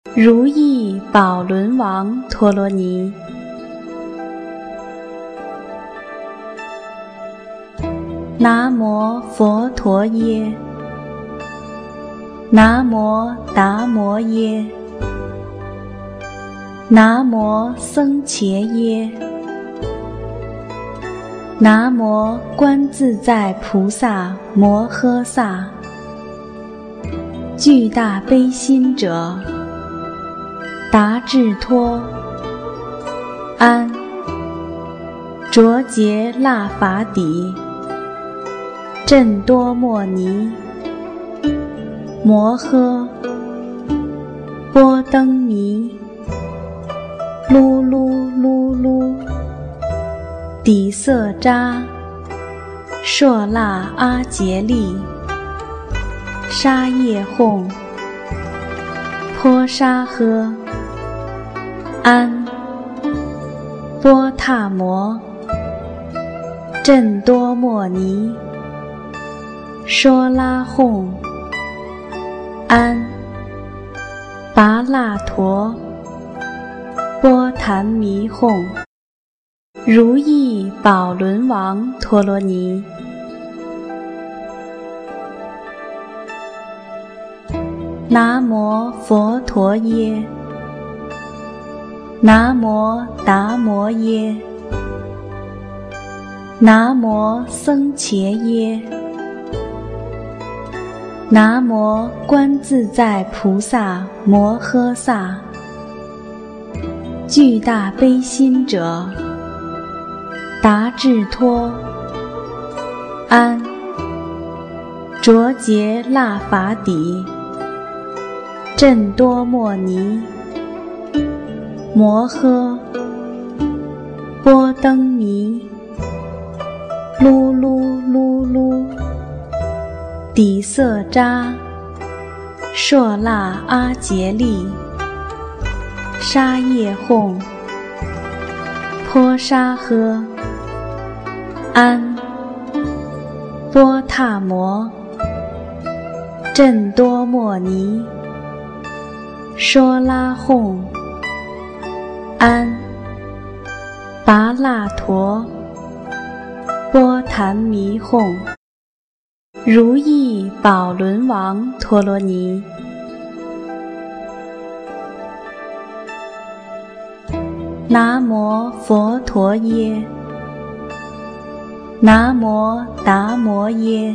如意宝轮王陀罗尼。南无佛陀耶，南无达摩耶，南无僧伽耶，南无观自在菩萨摩诃萨。具大悲心者，达智托，安，卓杰那法底，阵多摩尼，摩诃，波登弥，噜噜噜噜，底色扎，硕那阿杰利，沙叶吽，波沙诃，安，波塔摩，阵多摩尼，说拉吽，安，拔那陀，波檀弥吽。如意宝轮王陀罗尼。南无佛陀耶，南无达摩耶，南无僧伽耶，南无观自在菩萨摩诃萨。具大悲心者，达智托，安，卓杰那法底，阵多摩尼，摩诃，波登弥，噜噜噜噜，底色扎，硕那阿杰利，沙叶吽，波沙诃，安，波塔摩，阵多摩尼，说拉吽，安，拔那陀，波檀弥吽。如意宝轮王陀罗尼。南无佛陀耶，南无达摩耶，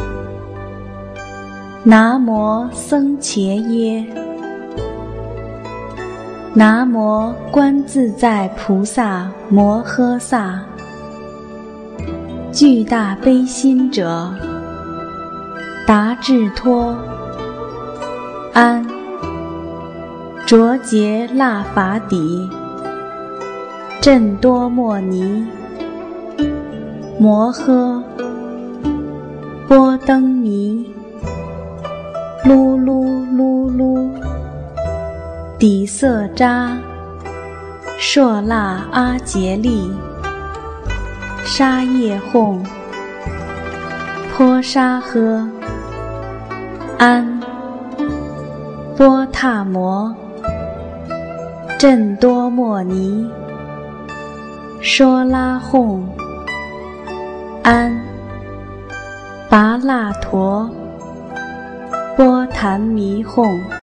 南无僧伽耶，南无观自在菩萨摩诃萨。具大悲心者，达智托，安，卓杰那法底，阵多摩尼，摩诃，波登弥，噜噜噜噜，底色扎，硕那阿杰利，沙叶吽，波沙诃，安，波塔摩，阵多摩尼，说拉吽，安，拔那陀，波檀弥吽。